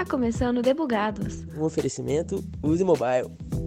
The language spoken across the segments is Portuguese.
Está começando Debugados. Um oferecimento Use Mobile.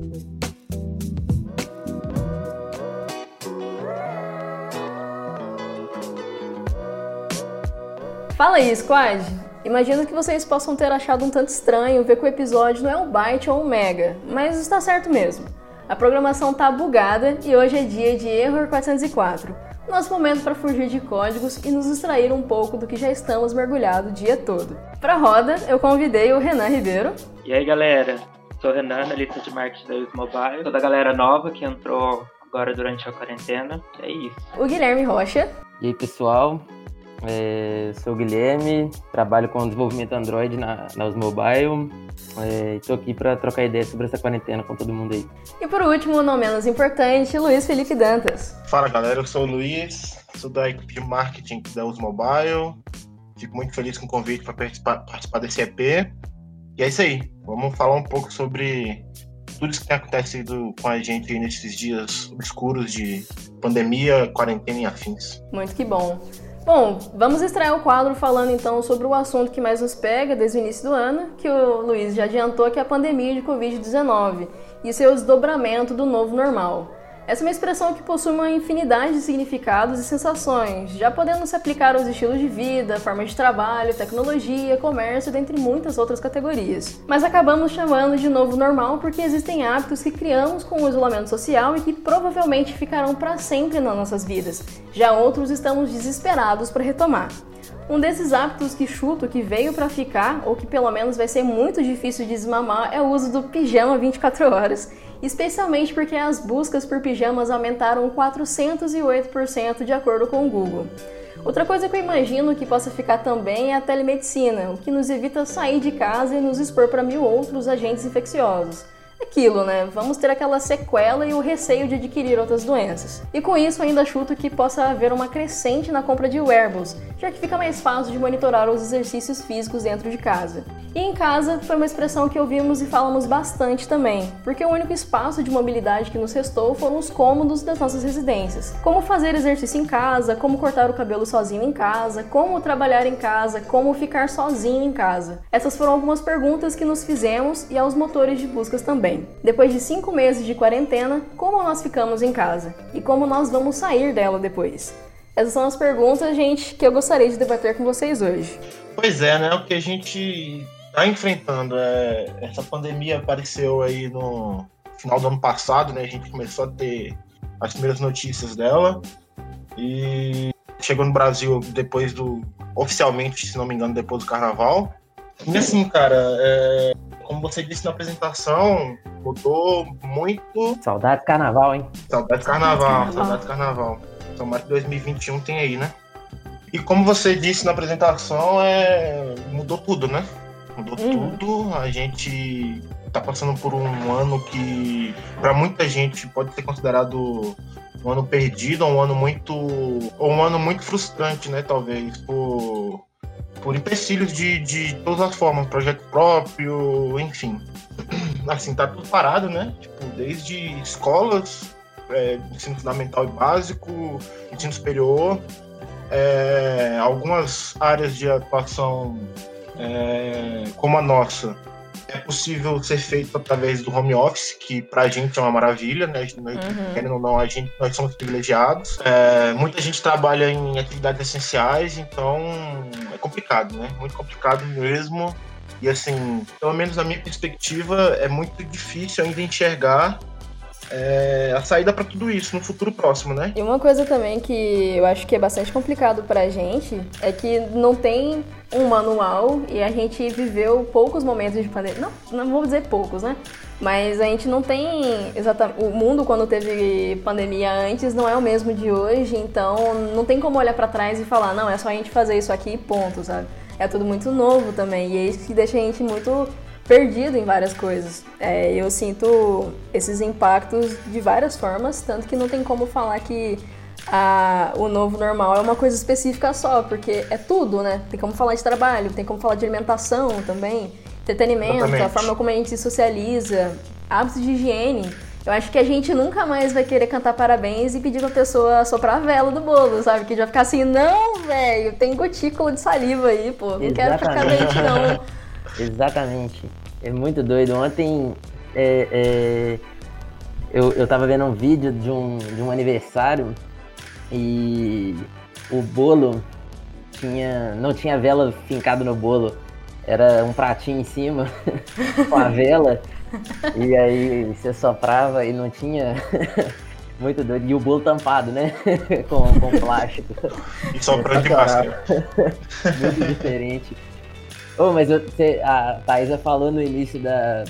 Fala aí, Squad! Imagino que vocês possam ter achado um tanto estranho ver que o episódio não é um byte ou um mega, mas está certo mesmo. A programação tá bugada e hoje é dia de Error 404, nosso momento para fugir de códigos e nos distrair um pouco do que já estamos mergulhados o dia todo. Pra roda, eu convidei o Renan Ribeiro. E aí, galera? Sou o Renan, analista de marketing da Use Mobile. Sou da galera nova que entrou agora durante a quarentena. É isso. O Guilherme Rocha. E aí, pessoal? Sou o Guilherme, trabalho com desenvolvimento Android na Use Mobile. Estou aqui para trocar ideia sobre essa quarentena com todo mundo aí. E por último, não menos importante, Luiz Felipe Dantas. Fala, galera, eu sou o Luiz, sou da equipe de marketing da Use Mobile. Fico muito feliz com o convite para participar desse EP. E é isso aí, vamos falar um pouco sobre tudo isso que tem acontecido com a gente aí nesses dias obscuros de pandemia, quarentena e afins. Muito que bom. Bom, vamos estrear o quadro falando então sobre o assunto que mais nos pega desde o início do ano, que o Luiz já adiantou, que é a pandemia de Covid-19 e seu desdobramento do novo normal. Essa é uma expressão que possui uma infinidade de significados e sensações, já podendo se aplicar aos estilos de vida, formas de trabalho, tecnologia, comércio, dentre muitas outras categorias. Mas acabamos chamando de novo normal porque existem hábitos que criamos com o isolamento social e que provavelmente ficarão para sempre nas nossas vidas. Já outros estamos desesperados para retomar. Um desses hábitos que chuto que veio para ficar, ou que pelo menos vai ser muito difícil de desmamar, é o uso do pijama 24 horas, especialmente porque as buscas por pijamas aumentaram 408% de acordo com o Google. Outra coisa que eu imagino que possa ficar também é a telemedicina, o que nos evita sair de casa e nos expor para 1000 outros agentes infecciosos. Aquilo, né? Vamos ter aquela sequela e o receio de adquirir outras doenças. E com isso ainda chuto que possa haver uma crescente na compra de wearables, já que fica mais fácil de monitorar os exercícios físicos dentro de casa. E em casa foi uma expressão que ouvimos e falamos bastante também, porque o único espaço de mobilidade que nos restou foram os cômodos das nossas residências. Como fazer exercício em casa, como cortar o cabelo sozinho em casa, como trabalhar em casa, como ficar sozinho em casa. Essas foram algumas perguntas que nos fizemos e aos motores de buscas também. Depois de 5 meses de quarentena, como nós ficamos em casa? E como nós vamos sair dela depois? Essas são as perguntas, gente, que eu gostaria de debater com vocês hoje. Pois é, né? O que a gente está enfrentando essa pandemia apareceu aí no final do ano passado, né? A gente começou a ter as primeiras notícias dela e chegou no Brasil oficialmente, se não me engano, depois do Carnaval. E assim, cara, como você disse na apresentação, mudou muito. Saudades Carnaval, hein? Saudades Carnaval. Tomara que 2021 tem aí, né? E como você disse na apresentação, mudou tudo, né? Mudou tudo. A gente tá passando por um ano que, para muita gente, pode ser considerado um ano perdido, um ano muito frustrante, né? Talvez, por empecilhos de todas as formas, projeto próprio, enfim. Assim, tá tudo parado, né? Tipo, desde escolas, ensino fundamental e básico, ensino superior, algumas áreas de atuação como a nossa, é possível ser feito através do home office, que pra gente é uma maravilha, né? Querendo ou não, nós somos privilegiados. Muita gente trabalha em atividades essenciais, então é complicado, né? Muito complicado mesmo. E assim, pelo menos na minha perspectiva, é muito difícil ainda enxergar a saída para tudo isso no futuro próximo, né? E uma coisa também que eu acho que é bastante complicado pra gente é que não tem um manual e a gente viveu poucos momentos de pandemia. Não vou dizer poucos, né? Mas a gente não tem exatamente... O mundo, quando teve pandemia antes, não é o mesmo de hoje, então não tem como olhar pra trás e falar, não, é só a gente fazer isso aqui e ponto, sabe? É tudo muito novo também, e é isso que deixa a gente muito perdido em várias coisas. Eu sinto esses impactos de várias formas, tanto que não tem como falar que o novo normal é uma coisa específica só, porque é tudo, né? Tem como falar de trabalho, tem como falar de alimentação também, entretenimento, exatamente. A forma como a gente se socializa, hábitos de higiene. Eu acho que a gente nunca mais vai querer cantar parabéns e pedir pra pessoa soprar a vela do bolo, sabe? Que já ficar assim, não, velho, tem gotícula de saliva aí, pô, não quero ficar doente, não. Exatamente. É muito doido. Ontem eu tava vendo um vídeo de um aniversário e o bolo não tinha vela fincada no bolo. Era um pratinho em cima com a vela. E aí você soprava e não tinha... Muito doido. E o bolo tampado, né? com plástico. E soprando de máscara. Muito diferente. Mas a Thaisa falou no início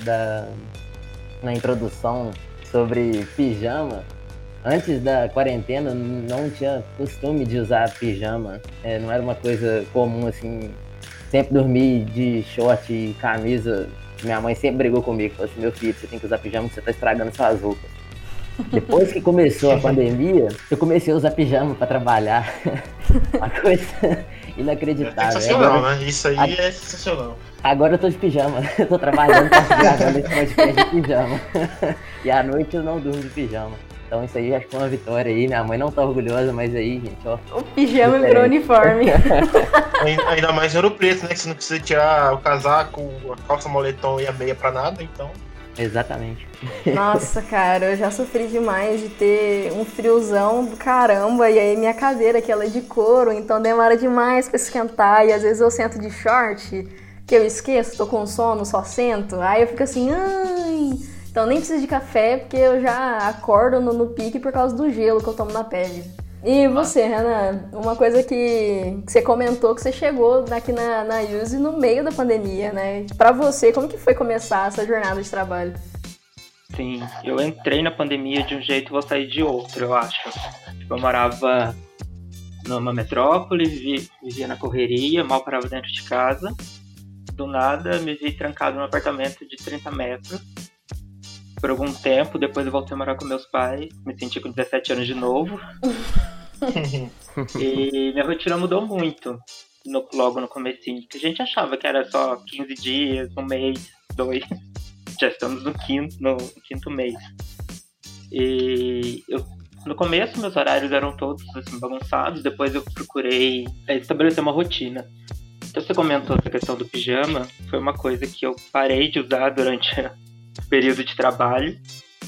na introdução sobre pijama. Antes da quarentena, não tinha costume de usar pijama. Não era uma coisa comum, assim. Sempre dormi de short e camisa. Minha mãe sempre brigou comigo. Falou assim, meu filho, você tem que usar pijama, você tá estragando suas roupas. Depois que começou a pandemia, eu comecei a usar pijama pra trabalhar. Uma coisa inacreditável. É sensacional, né? Isso aí é sensacional. Agora eu tô de pijama. Eu tô trabalhando, tô gravando esse podcast de pijama. E à noite eu não durmo de pijama. Então isso aí acho que foi uma vitória aí. Minha mãe não tá orgulhosa, mas aí, gente, ó. O pijama virou uniforme. Ainda mais em Ouro Preto, né? Que você não precisa tirar o casaco, a calça moletom e a meia pra nada, então... Exatamente. Nossa, cara, eu já sofri demais de ter um friozão do caramba, e aí minha cadeira, que ela é de couro, então demora demais pra esquentar, e às vezes eu sento de short, que eu esqueço, tô com sono, só sento, aí eu fico assim, ai... Então nem preciso de café, porque eu já acordo no pique por causa do gelo que eu tomo na pele. E você, Renan, uma coisa que você comentou, que você chegou aqui na Yuzi no meio da pandemia, né? Pra você, como que foi começar essa jornada de trabalho? Sim, eu entrei na pandemia de um jeito e vou sair de outro, eu acho. Eu morava numa metrópole, vivia na correria, mal parava dentro de casa. Do nada, me vi trancado num apartamento de 30 metros. Por algum tempo, depois eu voltei a morar com meus pais, me senti com 17 anos de novo. E minha rotina mudou muito logo no comecinho, que a gente achava que era só 15 dias, um mês, 2. Já estamos no quinto mês. E no começo meus horários eram todos assim, bagunçados, depois eu procurei estabelecer uma rotina. Então você comentou essa questão do pijama, foi uma coisa que eu parei de usar durante o período de trabalho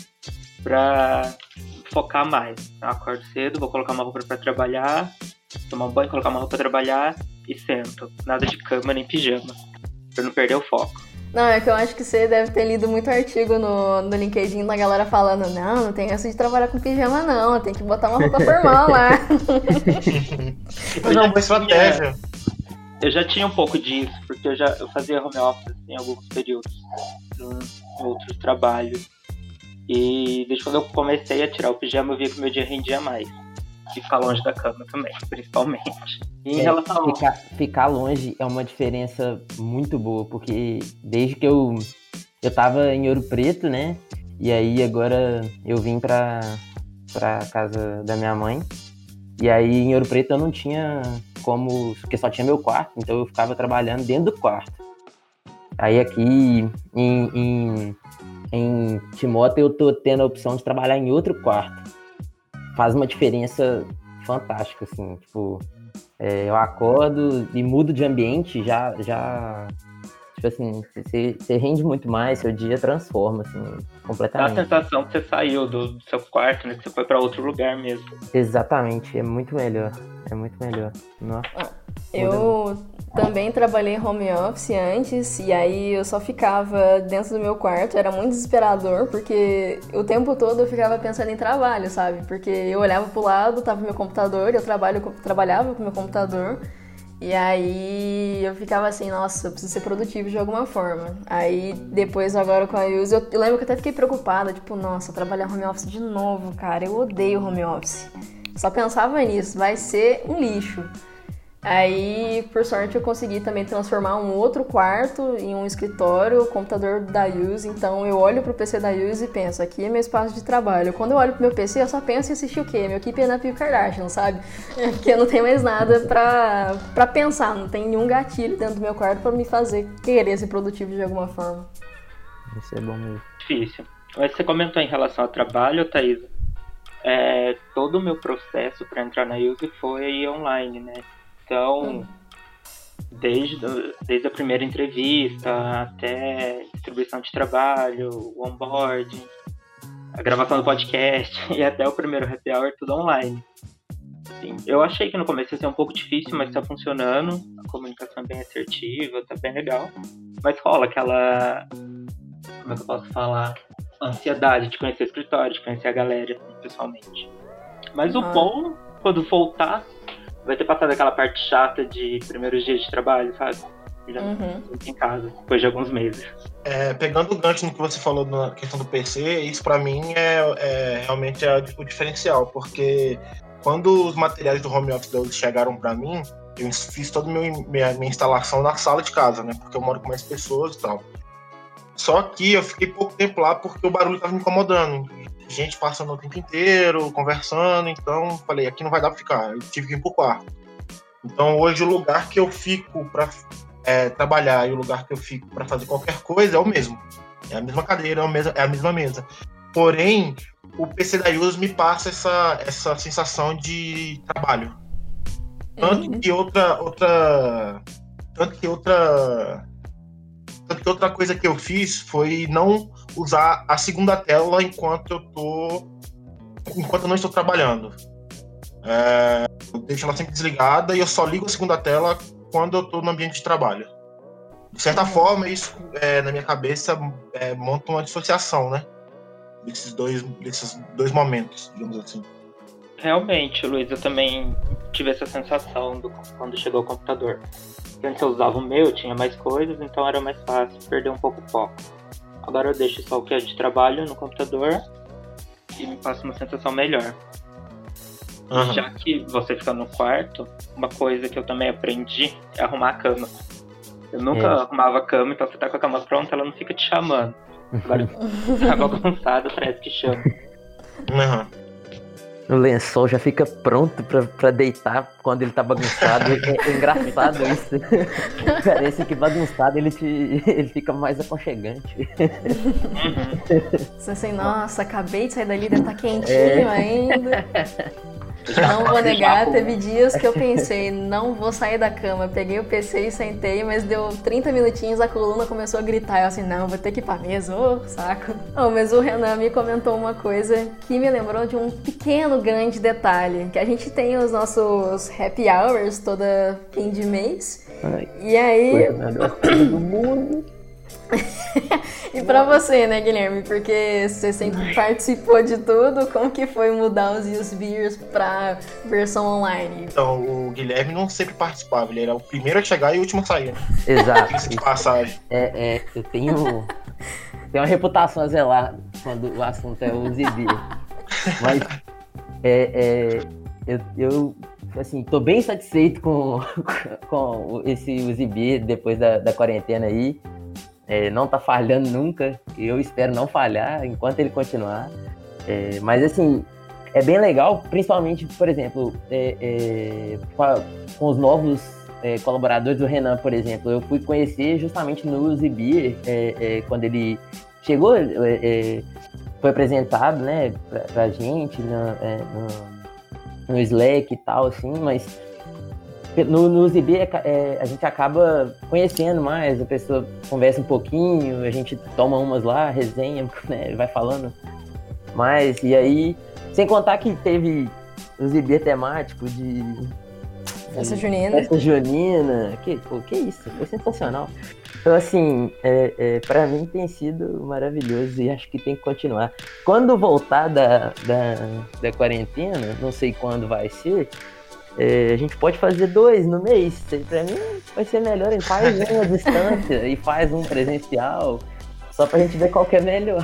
pra focar mais. Eu acordo cedo, vou colocar uma roupa pra trabalhar, tomar um banho, colocar uma roupa pra trabalhar e sento. Nada de cama nem pijama, pra não perder o foco. Não, é que eu acho que você deve ter lido muito artigo no LinkedIn da galera falando, não tem essa de trabalhar com pijama não, tem que botar uma roupa formal lá. Mas é uma boa estratégia. Eu já tinha um pouco disso, porque eu fazia home office em alguns períodos, em outros trabalhos. E desde quando eu comecei a tirar o pijama, eu via que o meu dia rendia mais. E ficar longe da cama também, principalmente. E em relação ficar longe é uma diferença muito boa, porque desde que eu tava em Ouro Preto, né? E aí agora eu vim pra casa da minha mãe. E aí em Ouro Preto eu não tinha como, porque só tinha meu quarto, então eu ficava trabalhando dentro do quarto. Aí aqui em Timóteo eu tô tendo a opção de trabalhar em outro quarto. Faz uma diferença fantástica, assim, tipo, eu acordo e mudo de ambiente, já tipo assim, você rende muito mais, seu dia transforma, assim, completamente. Dá a sensação que você saiu do seu quarto, né, que você foi pra outro lugar mesmo. Exatamente, é muito melhor. Nossa. Eu também trabalhei em home office antes, e aí eu só ficava dentro do meu quarto, era muito desesperador, porque o tempo todo eu ficava pensando em trabalho, sabe? Porque eu olhava pro lado, tava meu computador, eu trabalhava com meu computador, e aí eu ficava assim, nossa, eu preciso ser produtivo de alguma forma. Aí depois, agora com a Yuzi, eu lembro que eu até fiquei preocupada, tipo, nossa, trabalhar home office de novo, cara, eu odeio home office. Só pensava nisso, vai ser um lixo. Aí, por sorte, eu consegui também transformar um outro quarto em um escritório, o computador da Yuzi. Então, eu olho pro PC da Yuzi e penso, aqui é meu espaço de trabalho. Quando eu olho pro meu PC, eu só penso em assistir o quê? Meu Keeping Up with Kardashian, sabe? Porque não tem mais nada pra pensar, não tem nenhum gatilho dentro do meu quarto pra me fazer querer ser produtivo de alguma forma. Isso é bom mesmo. Difícil. Mas você comentou em relação ao trabalho, Thaisa. Todo o meu processo para entrar na Yuzi foi online, né? Então, desde a primeira entrevista até distribuição de trabalho, o onboarding, a gravação do podcast e até o primeiro happy hour, tudo online. Assim, eu achei que no começo ia ser um pouco difícil, mas tá funcionando, a comunicação é bem assertiva, tá bem legal, mas rola aquela, como é que eu posso falar, ansiedade de conhecer o escritório, de conhecer a galera assim, pessoalmente. Mas o bom, quando voltar, vai ter passado aquela parte chata de primeiros dias de trabalho, sabe? Já em casa, depois de alguns meses. Pegando o gancho no que você falou na questão do PC, isso pra mim realmente o diferencial, porque quando os materiais do home office chegaram pra mim, eu fiz toda minha instalação na sala de casa, né? Porque eu moro com mais pessoas e tal. Só que eu fiquei pouco tempo lá porque o barulho tava me incomodando. Gente passando o tempo inteiro, conversando, então falei, aqui não vai dar pra ficar. Eu tive que ir pro quarto. Então hoje o lugar que eu fico pra trabalhar e o lugar que eu fico pra fazer qualquer coisa é o mesmo. É a mesma cadeira, é a mesma mesa. Porém, o PC da Yus me passa essa sensação de trabalho. Tanto que outra coisa que eu fiz foi não usar a segunda tela enquanto eu não estou trabalhando. Eu deixo ela sempre desligada e eu só ligo a segunda tela quando eu estou no ambiente de trabalho. De certa forma, isso na minha cabeça monta uma dissociação, né? Desses dois momentos, digamos assim. Realmente, Luiz, eu também tive essa sensação quando chegou o computador. Antes eu usava o meu, tinha mais coisas, então era mais fácil perder um pouco o foco. Agora eu deixo só o que é de trabalho no computador e me passa uma sensação melhor. Já que você fica no quarto, uma coisa que eu também aprendi é arrumar a cama. Eu nunca arrumava a cama, então você tá com a cama pronta, ela não fica te chamando. Agora tá bagunçada, parece que chama. O lençol já fica pronto pra deitar quando ele tá bagunçado. É engraçado isso. Parece que bagunçado ele fica mais aconchegante. Você assim, nossa, acabei de sair dali, deve estar quentinho ainda. Não vou negar, teve dias que eu pensei, não vou sair da cama. Peguei o PC e sentei, mas deu 30 minutinhos, a coluna começou a gritar. Eu assim, não, vou ter que ir pra mesa, saco. Mas o Renan me comentou uma coisa que me lembrou de um pequeno, grande detalhe. Que a gente tem os nossos happy hours toda fim de mês. E aí... do mundo. E pra você, né, Guilherme? Porque você sempre participou de tudo, como que foi mudar os Usbeers pra versão online? Então, o Guilherme não sempre participava, ele era o primeiro a chegar e o último a sair. Exato. De passagem. Eu tenho uma reputação a zelar quando o assunto é o Usbeer. Mas eu assim, tô bem satisfeito com esse Usbeer depois da quarentena aí. Não tá falhando nunca, eu espero não falhar enquanto ele continuar. Mas assim, é bem legal, principalmente, por exemplo, com os novos colaboradores do Renan, por exemplo. Eu fui conhecer justamente no Usbeer, quando ele chegou, foi apresentado, né, pra gente no Slack e tal, assim, mas no Usbeer a gente acaba conhecendo mais, a pessoa conversa um pouquinho, a gente toma umas lá, resenha, né, vai falando mais, e aí, sem contar que teve Usbeer temático de Festa junina. Que isso, foi sensacional. Então, assim, pra mim tem sido maravilhoso e acho que tem que continuar. Quando voltar da quarentena, não sei quando vai ser, a gente pode fazer 2 no mês. Pra mim vai ser melhor, faz um à distância e faz um presencial, só pra gente ver qual que é melhor.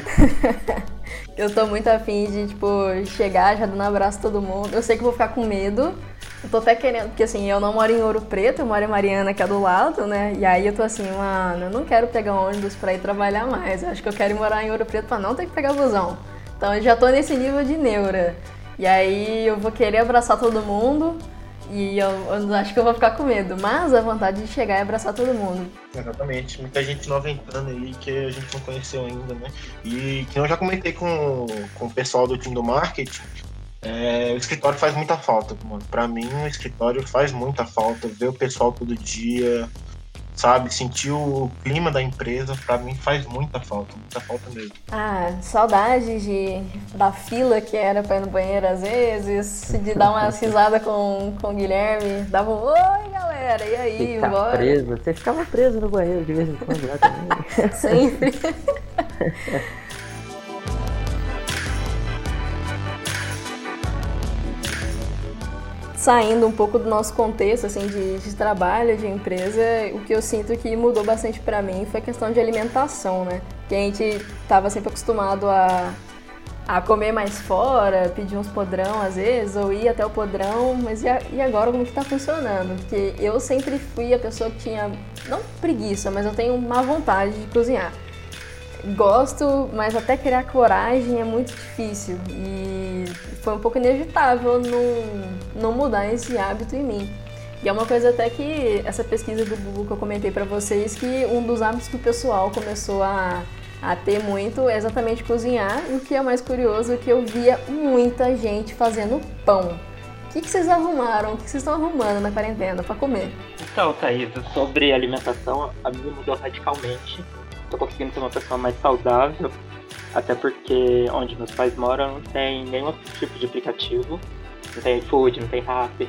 Eu tô muito afim de, chegar já dando um abraço a todo mundo. Eu sei que vou ficar com medo. Eu tô até querendo, porque assim, eu não moro em Ouro Preto, eu moro em Mariana, que é do lado, né? E aí eu tô assim, mano, eu não quero pegar um ônibus pra ir trabalhar mais. Eu acho que eu quero ir morar em Ouro Preto pra não ter que pegar busão. Então eu já tô nesse nível de neura. E aí eu vou querer abraçar todo mundo e eu acho que eu vou ficar com medo. Mas a vontade de chegar e abraçar todo mundo. Exatamente. Muita gente nova entrando aí que a gente não conheceu ainda, né? E que eu já comentei com o pessoal do time do marketing, O escritório faz muita falta, mano. Pra mim, o escritório faz muita falta. Ver o pessoal todo dia, sabe? Sentir o clima da empresa, pra mim faz muita falta mesmo. Saudades da fila que era pra ir no banheiro às vezes, de dar uma risada com o Guilherme. Dava um oi, galera, e aí, bora? Preso. Você ficava preso no banheiro de vez em quando lá também. Sempre. Saindo um pouco do nosso contexto assim, de trabalho, de empresa, o que eu sinto que mudou bastante pra mim foi a questão de alimentação, né? Que a gente estava sempre acostumado a comer mais fora, pedir uns podrão às vezes, ou ir até o podrão, mas e agora como que tá funcionando? Porque eu sempre fui a pessoa que tinha, não preguiça, mas eu tenho má vontade de cozinhar. Gosto, mas até criar coragem é muito difícil e foi um pouco inevitável não mudar esse hábito em mim. E é uma coisa até que essa pesquisa do Google que eu comentei pra vocês, que um dos hábitos que o pessoal começou a ter muito é exatamente cozinhar, e o que é mais curioso é que eu via muita gente fazendo pão. O que vocês arrumaram? O que vocês estão arrumando na quarentena pra comer? Então, Thaís, sobre alimentação, a minha mudou radicalmente. Tô conseguindo ser uma pessoa mais saudável, até porque onde meus pais moram não tem nenhum tipo de aplicativo, não tem iFood, não tem Rappi,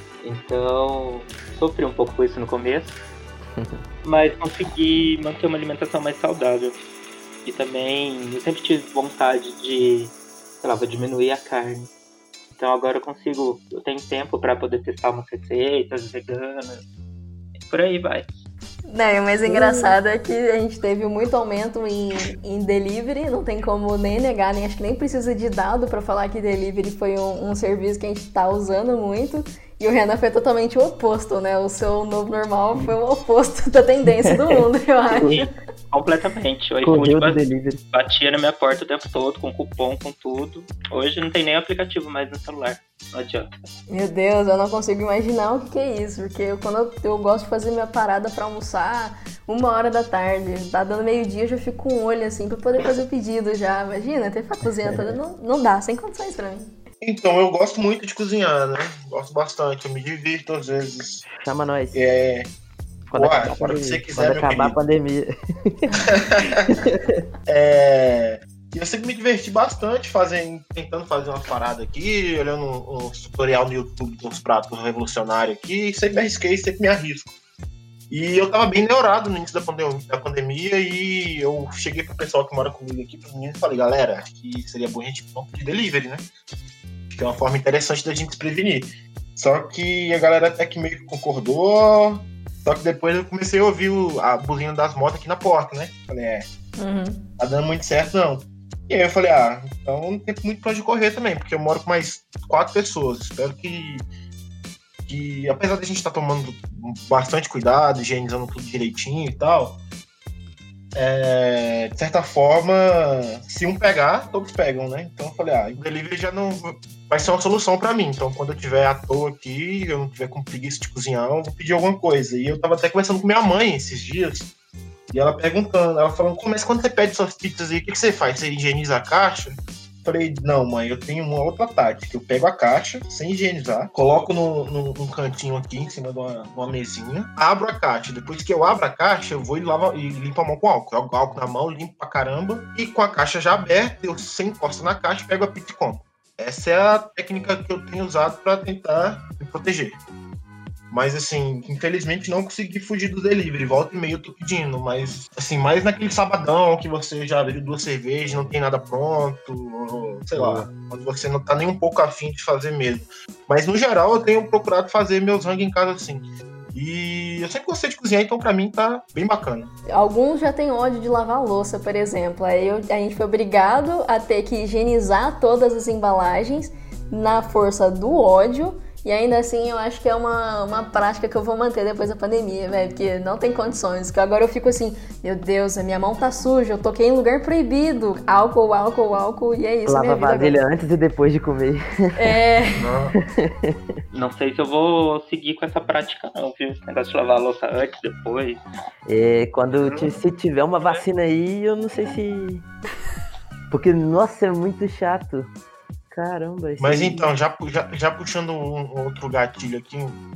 então sofri um pouco com isso no começo, mas consegui manter uma alimentação mais saudável. E também eu sempre tive vontade de, sei lá, vou diminuir a carne, então agora eu tenho tempo para poder testar umas receitas veganas, e por aí vai. Não, o mais engraçado é que a gente teve muito aumento em delivery, não tem como nem negar, acho que nem precisa de dado pra falar que delivery foi um serviço que a gente tá usando muito, e o Renan foi totalmente o oposto, né? O seu novo normal foi o oposto da tendência do mundo, eu acho. Sim, completamente. O iFood batia na minha porta o tempo todo, com cupom, com tudo. Hoje não tem nem aplicativo mais no celular, não adianta. Meu Deus, eu não consigo imaginar o que é isso, porque quando eu gosto de fazer minha parada pra almoçar 1h da tarde, tá dando meio-dia, eu já fico com um olho assim pra poder fazer o pedido já. Imagina, ter que ficar cozinhando, não dá, sem condições pra mim. Então, eu gosto muito de cozinhar, né? Gosto bastante, eu me divirto às vezes. Chama nós. Quando você quiser, quando acabar a pandemia. Eu sempre me diverti bastante tentando fazer uma parada aqui, olhando um tutorial no YouTube de uns pratos revolucionários aqui, sempre me arrisquei, sempre me arrisco. E eu tava bem neurado no início da pandemia e eu cheguei pro pessoal que mora comigo aqui, pro menino, e falei, galera, acho que seria bom a gente pedir delivery, né? Que é uma forma interessante da gente se prevenir. Só que a galera até que meio que concordou, só que depois eu comecei a ouvir a buzina das motos aqui na porta, né? Falei, tá dando muito certo não. E aí eu falei, então não tem muito pra onde correr também, porque eu moro com mais 4 pessoas. Espero que apesar de a gente estar tomando bastante cuidado, higienizando tudo direitinho e tal, de certa forma, se um pegar, todos pegam, né? Então eu falei, o delivery já não vai ser uma solução pra mim. Então quando eu estiver à toa aqui, eu não tiver com preguiça de cozinhar, eu vou pedir alguma coisa. E eu tava até conversando com minha mãe esses dias, e ela falando, mas quando você pede suas pizzas aí, o que você faz? Você higieniza a caixa? Falei, não, mãe, eu tenho uma outra tática. Eu pego a caixa, sem higienizar, coloco num cantinho aqui, em cima de uma mesinha, abro a caixa. Depois que eu abro a caixa, eu vou e limpo a mão com álcool. Jogo álcool na mão, limpo pra caramba. E com a caixa já aberta, eu sem encosta na caixa, pego a pizza e como. Essa é a técnica que eu tenho usado pra tentar me proteger. Mas, assim, infelizmente não consegui fugir do delivery. Volta e meia eu tô pedindo, mas, assim, mais naquele sabadão que você já abriu 2 cervejas, não tem nada pronto, ou, sei lá, quando você não tá nem um pouco afim de fazer mesmo. Mas, no geral, eu tenho procurado fazer meus rango em casa, assim. E eu sempre gostei de cozinhar, então pra mim tá bem bacana. Alguns já têm ódio de lavar a louça, por exemplo. Aí a gente foi obrigado a ter que higienizar todas as embalagens na força do ódio. E ainda assim, eu acho que é uma prática que eu vou manter depois da pandemia, velho, porque não tem condições. Porque agora eu fico assim, meu Deus, a minha mão tá suja, eu toquei em lugar proibido. Álcool, e é isso. Lava a vasilha antes e depois de comer. Não sei se eu vou seguir com essa prática não, viu? Esse negócio de lavar a louça antes, depois. Se tiver uma vacina aí, eu não sei se... Porque, nossa, é muito chato. Caramba, isso Mas aí- então, já puxando um outro gatilho aqui,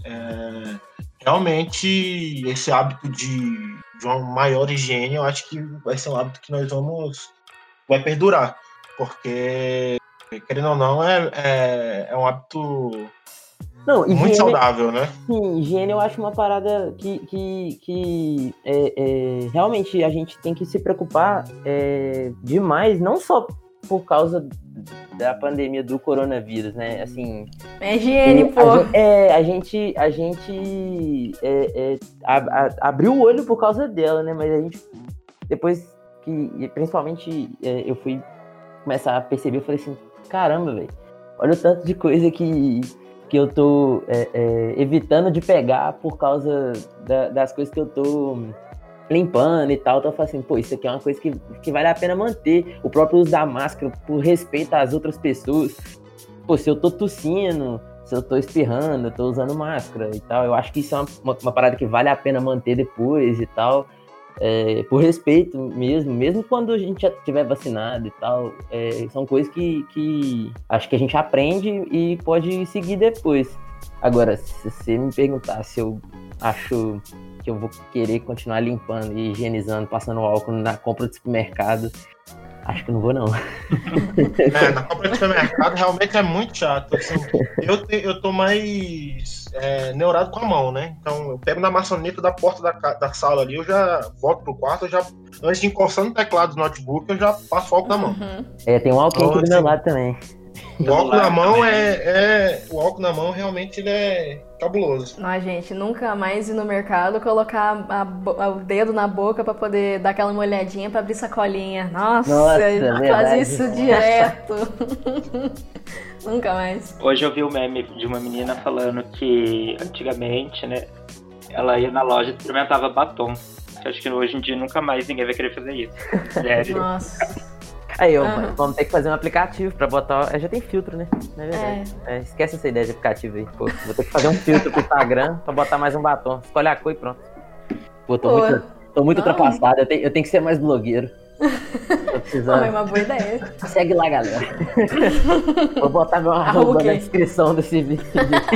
realmente esse hábito de uma maior higiene, eu acho que vai ser um hábito que vai perdurar, porque, querendo ou não, é um hábito Não, muito higiene, saudável, né? sim, higiene eu acho uma parada que realmente a gente tem que se preocupar demais, não só por causa da pandemia do coronavírus, né? Assim, É higiene, pô. a gente abriu o olho por causa dela, né? Mas a gente, depois que, principalmente, eu fui começar a perceber, eu falei assim, caramba, velho, olha o tanto de coisa que eu tô evitando de pegar por causa das coisas que eu tô limpando e tal. Então eu falo assim, pô, isso aqui é uma coisa que vale a pena manter. O próprio uso da máscara por respeito às outras pessoas. Pô, se eu tô tossindo, se eu tô espirrando, eu tô usando máscara e tal. Eu acho que isso é uma parada que vale a pena manter depois e tal. Por respeito mesmo quando a gente já estiver vacinado e tal. São coisas que acho que a gente aprende e pode seguir depois. Agora, se você me perguntar se eu acho que eu vou querer continuar limpando e higienizando, passando álcool na compra de supermercado, acho que não vou, não. Na compra de supermercado realmente é muito chato. Assim, eu tô mais neurado com a mão, né? Então eu pego na maçaneta da porta da sala ali, eu já volto pro quarto, antes de encostar no teclado do notebook, eu já passo álcool na mão. Tem um álcool aqui do meu lado também. O álcool na mão o álcool na mão realmente ele é cabuloso. Não, gente, nunca mais ir no mercado colocar o dedo na boca pra poder dar aquela molhadinha pra abrir sacolinha. Nossa, faz isso direto. Nunca mais. Hoje eu vi um meme de uma menina falando que antigamente, né, ela ia na loja e experimentava batom. Eu acho que hoje em dia nunca mais ninguém vai querer fazer isso. Sério. Nossa. Aí, vamos ter que fazer um aplicativo pra botar. Já tem filtro, né? Não é verdade. Esquece essa ideia de aplicativo aí. Pô, vou ter que fazer um filtro pro Instagram pra botar mais um batom. Escolhe a cor e pronto. Pô, tô muito ultrapassado. Eu tenho que ser mais blogueiro. Tô precisando. Não, é uma boa ideia. Segue lá, galera. Vou botar meu arroba na descrição desse vídeo.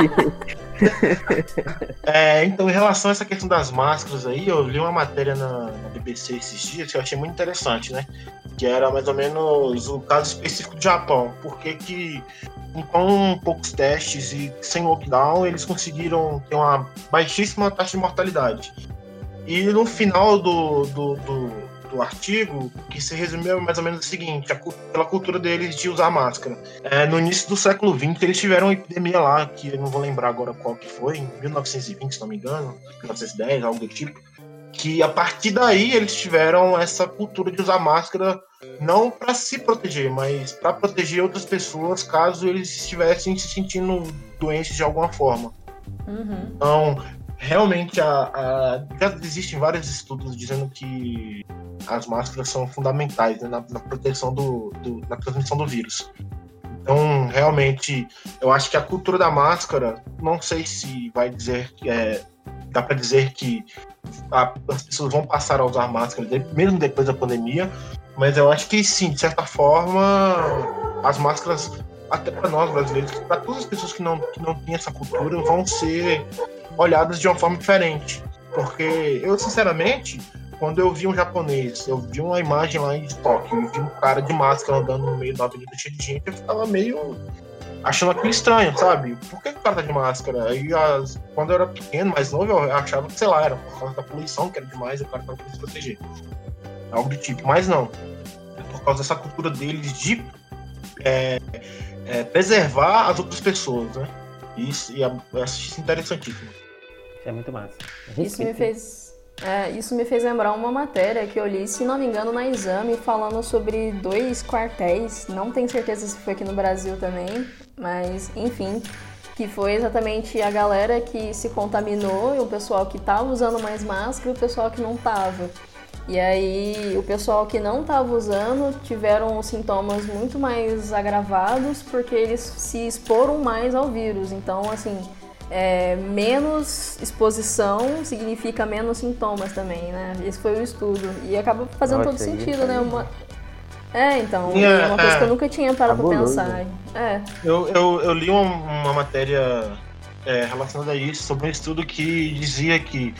Então, em relação a essa questão das máscaras aí, eu li uma matéria na BBC esses dias que eu achei muito interessante, né? Que era mais ou menos o caso específico do Japão. Porque que com poucos testes e sem lockdown, eles conseguiram ter uma baixíssima taxa de mortalidade. E no final do artigo, que se resumiu mais ou menos o seguinte: pela cultura deles de usar máscara. No início do século XX, eles tiveram uma epidemia lá, que eu não vou lembrar agora qual que foi, em 1920, se não me engano, 1910, algo do tipo, que a partir daí eles tiveram essa cultura de usar máscara não para se proteger, mas para proteger outras pessoas caso eles estivessem se sentindo doentes de alguma forma. Uhum. Então, realmente, já existem vários estudos dizendo que as máscaras são fundamentais, né, na proteção na transmissão do vírus. Então, realmente, eu acho que a cultura da máscara, não sei se vai dizer que dá para dizer que as pessoas vão passar a usar máscara mesmo depois da pandemia, mas eu acho que sim, de certa forma, as máscaras, até para nós brasileiros, para todas as pessoas que não têm essa cultura, vão ser olhadas de uma forma diferente. Porque eu, sinceramente, quando eu vi um japonês, eu vi uma imagem lá em Tóquio, eu vi um cara de máscara andando no meio da avenida cheio de gente, eu ficava meio achando aquilo estranho, sabe? Por que o cara tá de máscara? Aí, quando eu era pequeno, mais novo, eu achava que, sei lá, era por causa da poluição, que era demais, e o cara tava querendo se proteger. Algo do tipo. Mas não. É por causa dessa cultura deles de preservar as outras pessoas, né? E eu acho isso interessantíssimo. Isso é muito massa. Isso me fez lembrar uma matéria que eu li, se não me engano, na Exame, falando sobre 2 quartéis, não tenho certeza se foi aqui no Brasil também, mas enfim, que foi exatamente a galera que se contaminou, e o pessoal que estava usando mais máscara e o pessoal que não estava. E aí o pessoal que não estava usando tiveram sintomas muito mais agravados porque eles se exporam mais ao vírus. Então, assim, menos exposição significa menos sintomas também, né? Esse foi o estudo. E acaba fazendo todo sentido, né? Então, é uma coisa que eu nunca tinha parado pra pensar. Eu li uma matéria relacionada a isso, sobre um estudo que dizia que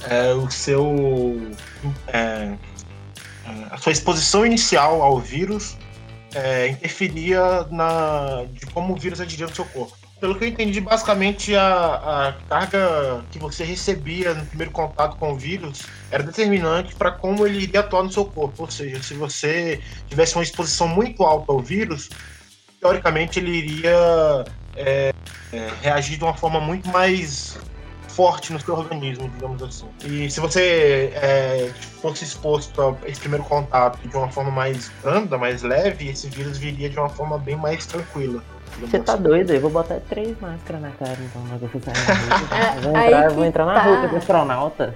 a sua exposição inicial ao vírus interferia de como o vírus agiria no seu corpo. Pelo que eu entendi, basicamente a carga que você recebia no primeiro contato com o vírus era determinante para como ele iria atuar no seu corpo. Ou seja, se você tivesse uma exposição muito alta ao vírus, teoricamente ele iria reagir de uma forma muito mais forte no seu organismo, digamos assim. E se você fosse exposto a esse primeiro contato de uma forma mais branda, mais leve, esse vírus viria de uma forma bem mais tranquila. Você tá doido? Eu vou botar 3 máscaras na cara, então. Mas eu sair na rua. Vou entrar na roupa de astronauta.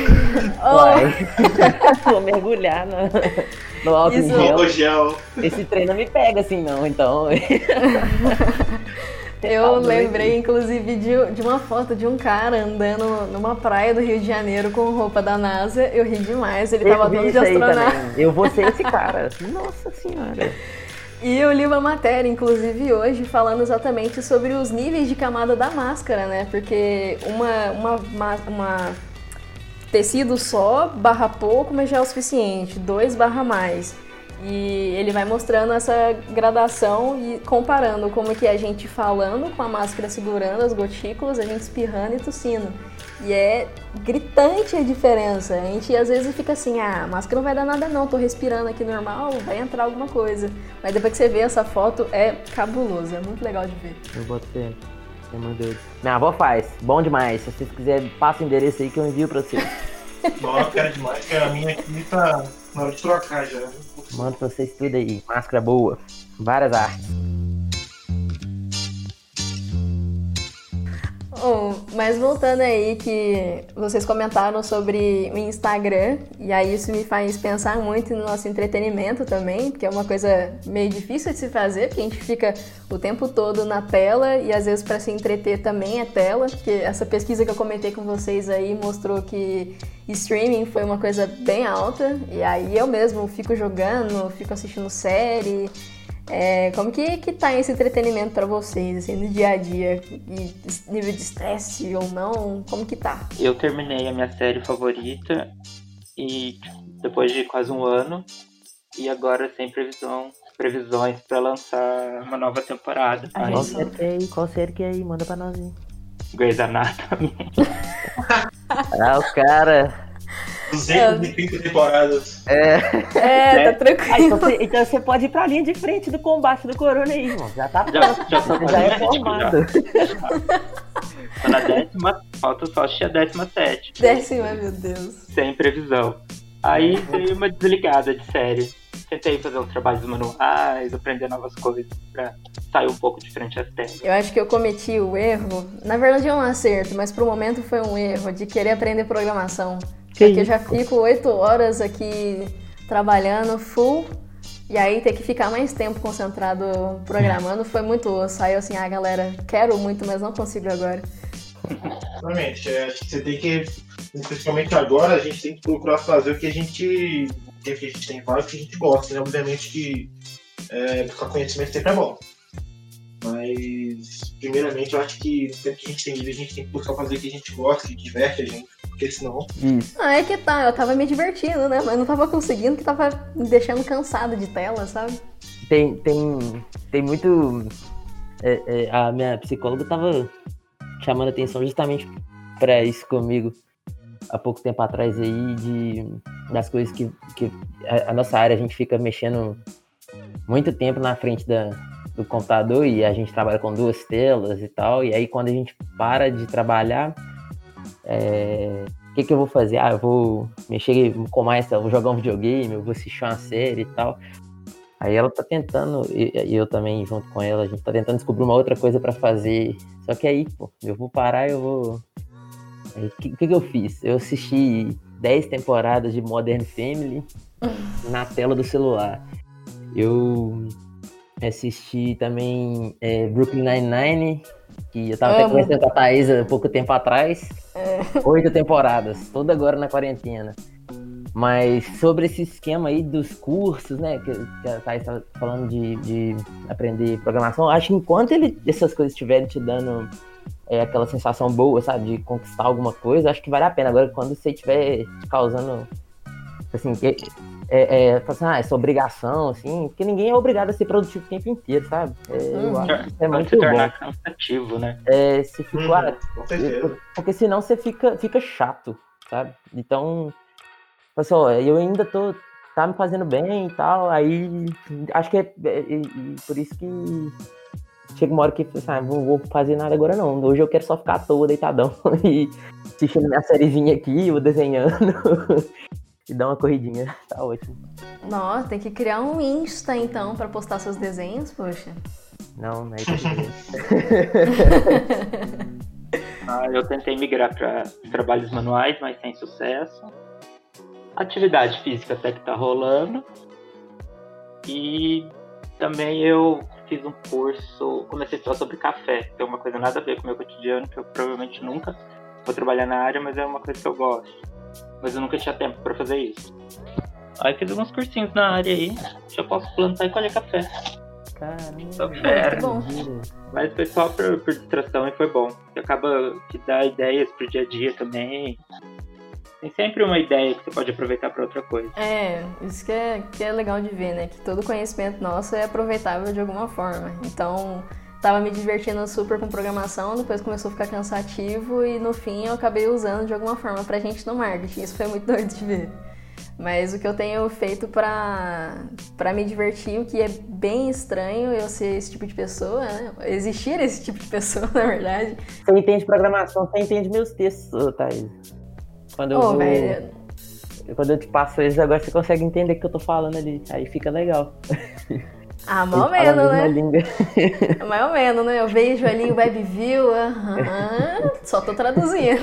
Vou mergulhar no alto gel. Esse trem não me pega assim, não, então. Eu lembrei, inclusive, de uma foto de um cara andando numa praia do Rio de Janeiro com roupa da NASA. Eu ri demais, ele tava todo de astronauta. Eu vou ser esse cara. Nossa senhora. E eu li uma matéria, inclusive hoje, falando exatamente sobre os níveis de camada da máscara, né? Porque uma tecido só barra pouco, mas já é o suficiente. 2 barra mais. E ele vai mostrando essa gradação e comparando como que é a gente falando com a máscara segurando as gotículas, a gente espirrando e tossindo. E é gritante a diferença. A gente às vezes fica assim, a máscara não vai dar nada não, tô respirando aqui normal, vai entrar alguma coisa. Mas depois que você vê essa foto, é cabuloso, é muito legal de ver. Eu boto fé. Meu Deus. Minha avó faz, bom demais. Se vocês quiserem, passa o endereço aí que eu envio pra vocês. Nossa, quero demais, que a minha aqui tá na hora de trocar já. Mando pra vocês tudo aí. Máscara boa. Várias artes. Mas voltando aí que vocês comentaram sobre o Instagram, e aí isso me faz pensar muito no nosso entretenimento também, porque é uma coisa meio difícil de se fazer, porque a gente fica o tempo todo na tela e às vezes para se entreter também é tela, porque essa pesquisa que eu comentei com vocês aí mostrou que streaming foi uma coisa bem alta, e aí eu mesmo fico jogando, fico assistindo série. Como que tá esse entretenimento pra vocês, assim, no dia a dia? E nível de estresse ou não? Como que tá? Eu terminei a minha série favorita e depois de quase um ano, e agora sem previsões pra lançar uma nova temporada. Qual série que é aí? Manda pra nós aí. Grey's Anatomy. O cara... 230 temporadas. Tá tranquilo. Então você pode ir pra linha de frente do combate do corona aí, irmão. Já tá pronto. Já é formado. Tô na 10ª, falta só assistir a 17ª. 10ª, meu Deus. Sem previsão. Aí dei uma desligada de série. Tentei fazer os trabalhos manuais, aprender novas coisas pra sair um pouco de frente às telas. Eu acho que eu cometi o erro, na verdade é um acerto, mas pro momento foi um erro de querer aprender programação. Porque eu já fico 8 horas aqui trabalhando full, e aí ter que ficar mais tempo concentrado programando foi muito osso. Aí eu assim, galera, quero muito, mas não consigo agora. Exatamente, acho que você tem que, principalmente agora, a gente tem que procurar fazer o que a gente tem vários que a gente gosta, né? Obviamente que buscar conhecimento sempre é bom. Mas, primeiramente, eu acho que sempre que a gente tem livre, a gente tem que buscar fazer o que a gente gosta, que diverte a gente, porque senão... É que tá, eu tava me divertindo, né? Mas não tava conseguindo, que tava me deixando cansado de tela, sabe? Tem muito... a minha psicóloga tava chamando atenção justamente pra isso comigo há pouco tempo atrás aí, das coisas que a nossa área, a gente fica mexendo muito tempo na frente do computador e a gente trabalha com 2 telas e tal, e aí quando a gente para de trabalhar, o que eu vou fazer? Eu vou mexer com mais, eu vou jogar um videogame, eu vou assistir uma série e tal. Aí ela tá tentando, e eu também junto com ela, a gente tá tentando descobrir uma outra coisa pra fazer, só que aí, eu vou parar, o que eu fiz? Eu assisti 10 temporadas de Modern Family na tela do celular. Eu assisti também Brooklyn Nine-Nine, que eu tava até conhecendo com a Thaís há pouco tempo atrás. 8 temporadas, toda agora na quarentena. Mas sobre esse esquema aí dos cursos, né, que a Thaís estava falando de aprender programação, acho que enquanto essas coisas estiverem te dando aquela sensação boa, sabe, de conquistar alguma coisa, acho que vale a pena. Agora, quando você estiver te causando, assim, essa obrigação, assim, porque ninguém é obrigado a ser produtivo o tempo inteiro, sabe? Eu acho que é muito se tornar bom. cansativo, né? Se fica, porque senão você fica chato, sabe? Então, pessoal, eu ainda tá me fazendo bem e tal, aí acho que é por isso que chega uma hora que não vou fazer nada agora não. Hoje eu quero só ficar à toa, deitadão, e assistindo minha sériezinha aqui, ou desenhando, e dar uma corridinha, tá ótimo. Nossa, tem que criar um Insta então pra postar seus desenhos, poxa. Não, aí tá Eu tentei migrar para trabalhos manuais, mas sem sucesso. Atividade física até que tá rolando. E também eu fiz um curso, comecei a falar sobre café, que é uma coisa nada a ver com o meu cotidiano, que eu provavelmente nunca vou trabalhar na área, mas é uma coisa que eu gosto. Mas eu nunca tinha tempo para fazer isso. Aí fiz alguns cursinhos na área aí, já posso plantar e colher café. Caramba, bom. Mas foi só por distração e foi bom. Que acaba que dá ideias pro dia a dia também. Tem sempre uma ideia que você pode aproveitar para outra coisa. Isso que é legal de ver, né? Que todo conhecimento nosso é aproveitável de alguma forma. Então, tava me divertindo super com programação, depois começou a ficar cansativo e no fim eu acabei usando de alguma forma pra gente no marketing. Isso foi muito doido de ver. Mas o que eu tenho feito pra me divertir, o que é bem estranho eu ser esse tipo de pessoa, né? Existir esse tipo de pessoa, na verdade. Você entende programação, você entende meus textos, Thaís. Quando eu te passo eles, agora você consegue entender o que eu tô falando ali. Aí fica legal. Mais ou menos, né? Mais ou menos, né? Eu vejo ali o WebView, só tô traduzindo.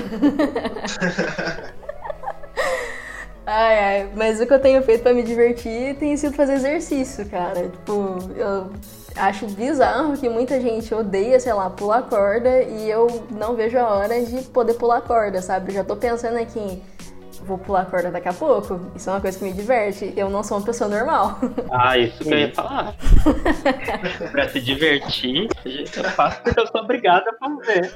Mas o que eu tenho feito pra me divertir tem sido fazer exercício, cara. Tipo, eu acho bizarro que muita gente odeia, sei lá, pular corda e eu não vejo a hora de poder pular corda, sabe? Eu já tô pensando aqui, vou pular corda daqui a pouco. Isso é uma coisa que me diverte. Eu não sou uma pessoa normal. Isso que eu ia falar. Pra se divertir, eu faço porque eu sou obrigada a fazer.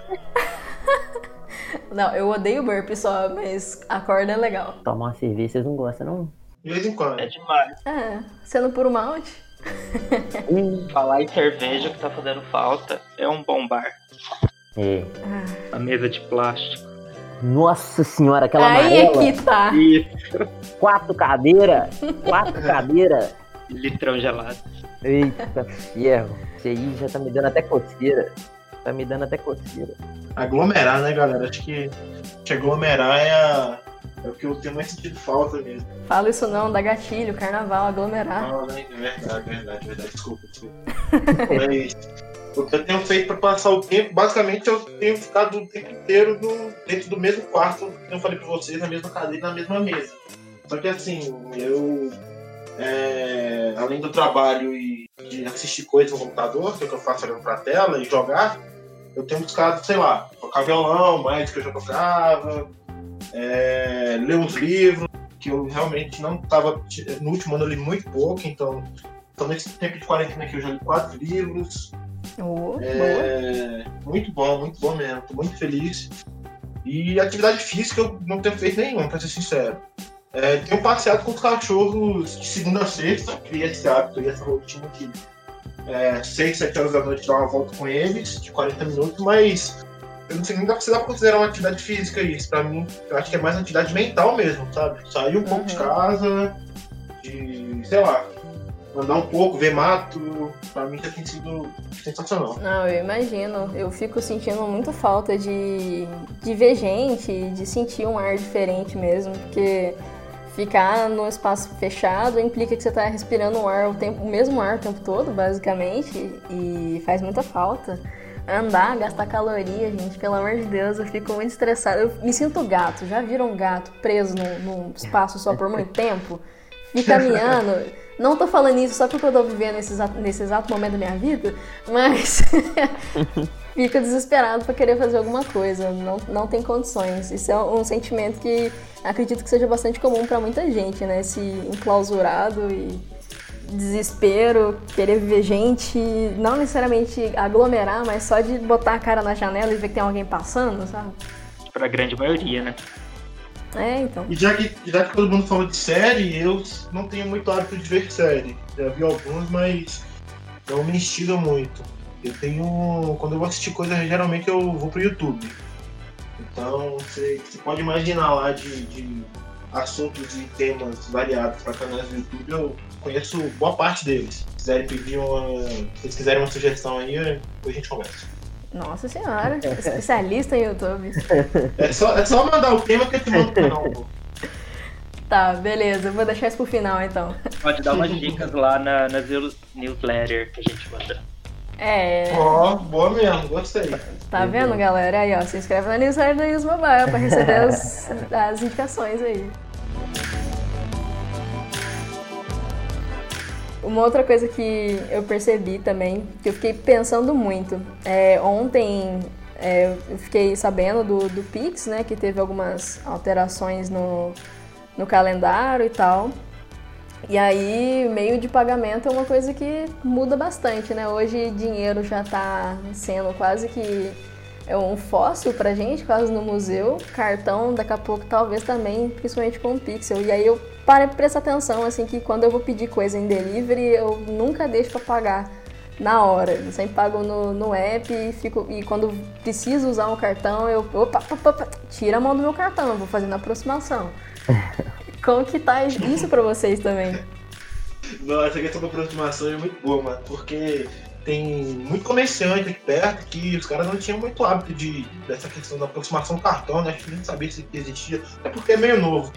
Não, eu odeio burpee só, mas a corda é legal. Tomar uma cerveja, vocês não gostam, não? De vez em quando. É demais. Sendo puro malte. Falar em cerveja que tá fazendo falta é um bom bar. A mesa de plástico. Nossa senhora, aquela aí amarela. Aí é que tá. Isso. 4 cadeiras. Litrão gelado. Eita, ferro. Isso aí já tá me dando até coceira. Aglomerar, né, galera? Acho que aglomerar é o que eu tenho mais sentido falta mesmo. Fala isso não, dá gatilho, carnaval, aglomerar. Não, né? Verdade. Desculpa. Mas o que eu tenho feito pra passar o tempo, basicamente eu tenho ficado o tempo inteiro dentro do mesmo quarto, que eu falei pra vocês, na mesma cadeira, na mesma mesa. Só que assim, eu além do trabalho e de assistir coisas no computador, que é o que eu faço olhando pra tela e jogar, eu tenho buscado, sei lá, tocar violão, mais do que eu já tocava, ler uns livros, que eu realmente não estava. No último ano eu li muito pouco, então nesse tempo de quarentena aqui eu já li 4 livros. Muito bom mesmo, tô muito feliz. E atividade física eu não tenho feito nenhuma, pra ser sincero. Tenho passeado com os cachorros de segunda a sexta, criei esse hábito e essa rotina de 6, 7 horas da noite dar uma volta com eles, de 40 minutos, mas eu não sei nem se dá pra considerar uma atividade física isso. Pra mim, eu acho que é mais uma atividade mental mesmo, sabe? Sair um pouco de casa, sei lá, andar um pouco, ver mato, pra mim já tem sido sensacional. Não, eu imagino. Eu fico sentindo muito falta de ver gente, de sentir um ar diferente mesmo, porque ficar num espaço fechado implica que você tá respirando o mesmo ar o tempo todo, basicamente, e faz muita falta. Andar, gastar caloria, gente, pelo amor de Deus, eu fico muito estressada. Eu me sinto gato. Já viram um gato preso num espaço só por muito tempo? Fica miando. Não tô falando isso só porque eu tô vivendo nesse exato momento da minha vida, mas fica desesperado para querer fazer alguma coisa, não tem condições. Isso é um sentimento que acredito que seja bastante comum para muita gente, né? Esse enclausurado e desespero, querer ver gente, não necessariamente aglomerar, mas só de botar a cara na janela e ver que tem alguém passando, sabe? Pra grande maioria, né? Então. E já que todo mundo falou de série, eu não tenho muito hábito de ver série. Já vi alguns, mas não me instiga muito. Quando eu vou assistir coisa, geralmente eu vou pro YouTube. Então, você pode imaginar lá de assuntos e temas variados para canais do YouTube, eu conheço boa parte deles. Se vocês quiserem uma sugestão aí, depois a gente conversa. Nossa senhora, especialista em YouTube. É só mandar o tema que eu te mando no canal, pô. Tá, beleza, vou deixar isso pro final então. Pode dar umas dicas lá nas newsletter que a gente manda. Boa mesmo, gostei. Tá vendo, galera? Aí, ó, se inscreve na newsletter da Use Mobile pra receber as indicações aí. Uma outra coisa que eu percebi também, que eu fiquei pensando muito, ontem eu fiquei sabendo do Pix, né, que teve algumas alterações no calendário e tal. E aí, meio de pagamento é uma coisa que muda bastante, né? Hoje, dinheiro já tá sendo quase que um fóssil pra gente, quase no museu. Cartão, daqui a pouco, talvez também, principalmente com o Pixel. E aí, eu parei pra prestar atenção, assim, que quando eu vou pedir coisa em delivery, eu nunca deixo pra pagar na hora. Eu sempre pago no app e quando preciso usar um cartão, eu... Opa, tira a mão do meu cartão, eu vou fazendo aproximação. Como que tá isso pra vocês também? Não, essa questão da aproximação é muito boa, mano, porque tem muito comerciante aqui perto que os caras não tinham muito hábito dessa questão da aproximação do cartão, né? Acho que nem sabia se existia, até porque é meio novo.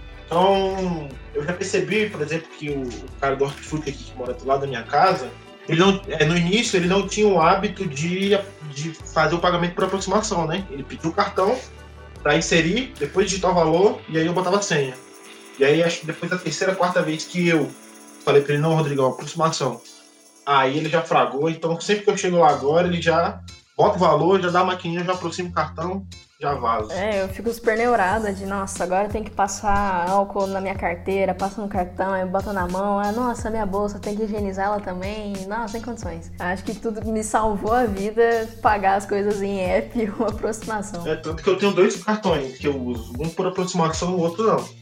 Então, eu já percebi, por exemplo, que o cara do hortifruti aqui que mora do lado da minha casa, ele não, no início ele não tinha o hábito de fazer o pagamento por aproximação, né? Ele pediu o cartão para inserir, depois digitar o valor e aí eu botava a senha. E aí, acho que depois da terceira, quarta vez que eu falei pra ele, não, Rodrigão, aproximação. Aí ele já fragou, então sempre que eu chego lá agora, ele já bota o valor, já dá a maquininha, já aproxima o cartão, já vaza. Eu fico super neurada de, nossa, agora tem que passar álcool na minha carteira, passa no cartão, aí bota na mão, nossa, minha bolsa, tem que higienizar ela também, nossa, sem condições. Acho que tudo me salvou a vida, pagar as coisas em app e uma aproximação. Tanto que eu tenho 2 cartões que eu uso, um por aproximação, o outro não.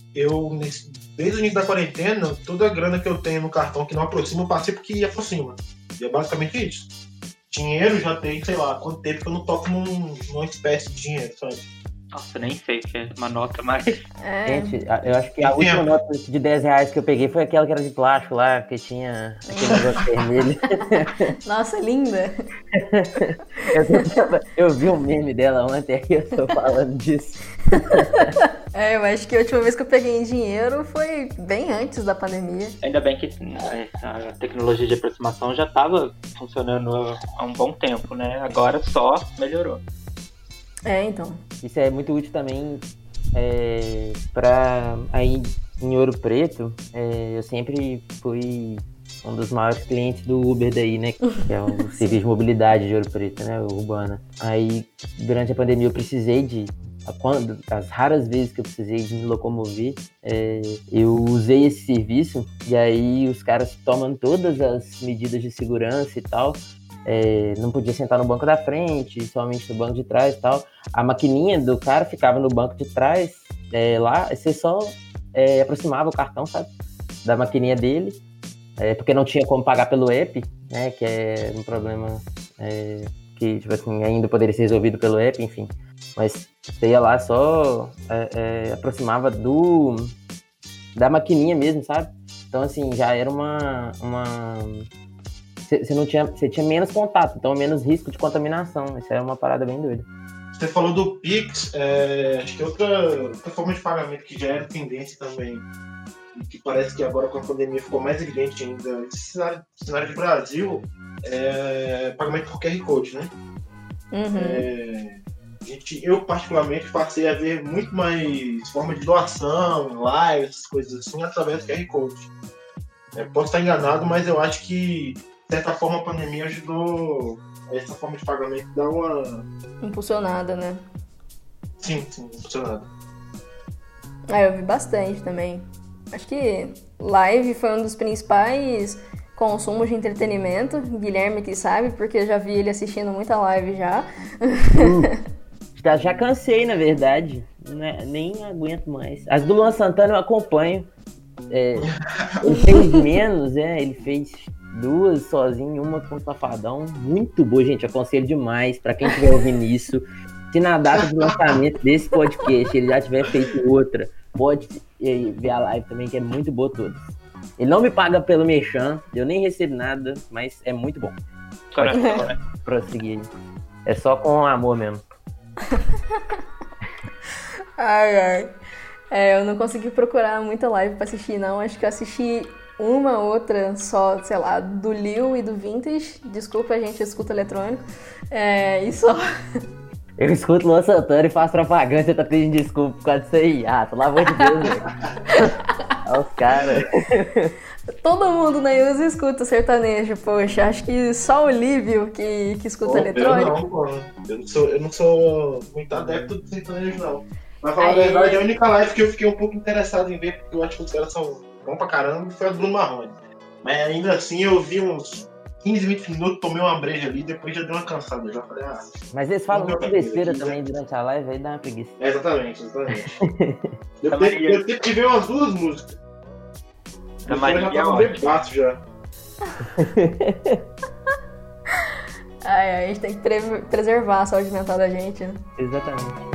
Desde o início da quarentena, toda a grana que eu tenho no cartão que não aproxima, eu passei porque aproxima. E é basicamente isso. Dinheiro já tem, sei lá, quanto tempo que eu não toco numa espécie de dinheiro, sabe? Nossa, nem sei se é uma nota mais. Gente, eu acho que a última nota de R$10 que eu peguei foi aquela que era de plástico lá, que tinha aquele negócio vermelho. Nossa, linda! Eu vi um meme dela ontem e eu tô falando disso. Eu acho que a última vez que eu peguei em dinheiro foi bem antes da pandemia. Ainda bem que a tecnologia de aproximação já estava funcionando há um bom tempo, né? Agora só melhorou. Então. Isso é muito útil também para aí em Ouro Preto. Eu sempre fui um dos maiores clientes do Uber daí, né? Que é um serviço de mobilidade de Ouro Preto, né? Urbana. Aí, durante a pandemia, eu precisei as raras vezes que eu precisei de me locomover, eu usei esse serviço e aí os caras tomam todas as medidas de segurança e tal. Não podia sentar no banco da frente, somente no banco de trás e tal. A maquininha do cara ficava no banco de trás, lá, você só aproximava o cartão, sabe, da maquininha dele, porque não tinha como pagar pelo app, né, que é um problema que, tipo assim, ainda poderia ser resolvido pelo app, enfim. Mas você ia lá só aproximava da maquininha mesmo, sabe? Então, assim, já era Você tinha menos contato, então menos risco de contaminação. Isso é uma parada bem doida. Você falou do Pix, acho que outra forma de pagamento que já era tendência também, e que parece que agora com a pandemia ficou mais evidente ainda, nesse cenário de Brasil, pagamento por QR Code, né? Uhum. Eu particularmente passei a ver muito mais forma de doação, live, essas coisas assim, através do QR Code. Posso estar enganado, mas eu acho que de certa forma a pandemia ajudou essa forma de pagamento dá uma... Impulsionada, né? Sim, impulsionada. Eu vi bastante também. Acho que live foi um dos principais consumos de entretenimento. Guilherme que sabe, porque eu já vi ele assistindo muita live já. Já cansei, na verdade. Nem aguento mais. As do Luan Santana eu acompanho. Ele fez menos, ele fez 2 sozinho, uma com o Safadão. Muito boa, gente. Aconselho demais pra quem estiver ouvindo isso. Se na data de lançamento desse podcast ele já tiver feito outra, pode ver a live também, que é muito boa todas. Ele não me paga pelo merchan, eu nem recebo nada, mas é muito bom. Pode prosseguir. É só com amor mesmo. Ai. Eu não consegui procurar muita live pra assistir, não. Acho que eu assisti uma outra só, sei lá, do Lil e do Vintage. Desculpa, gente, eu escuto eletrônico. E só. Eu escuto Luan Santana e faço propaganda, você tá pedindo desculpa por causa disso aí. Pelo amor de Deus, velho. Olha os caras. Todo mundo na USA escuta sertanejo, poxa. Acho que só o Lívio que escuta eletrônico. Eu não sou muito adepto do sertanejo, não. Mas, falar a verdade, a única live que eu fiquei um pouco interessado em ver, porque eu acho que os caras são bons pra caramba, foi a do Bruno Marrone. Mas ainda assim eu vi uns 15, 20 minutos, tomei uma breja ali, depois já deu uma cansada. Já falei, Mas eles falam muita besteira também durante a live, aí dá uma preguiça. Exatamente. Eu tenho que ver umas 2 músicas. A Maria já tava no debate já. A gente tem que preservar a saúde mental da gente, né? Exatamente.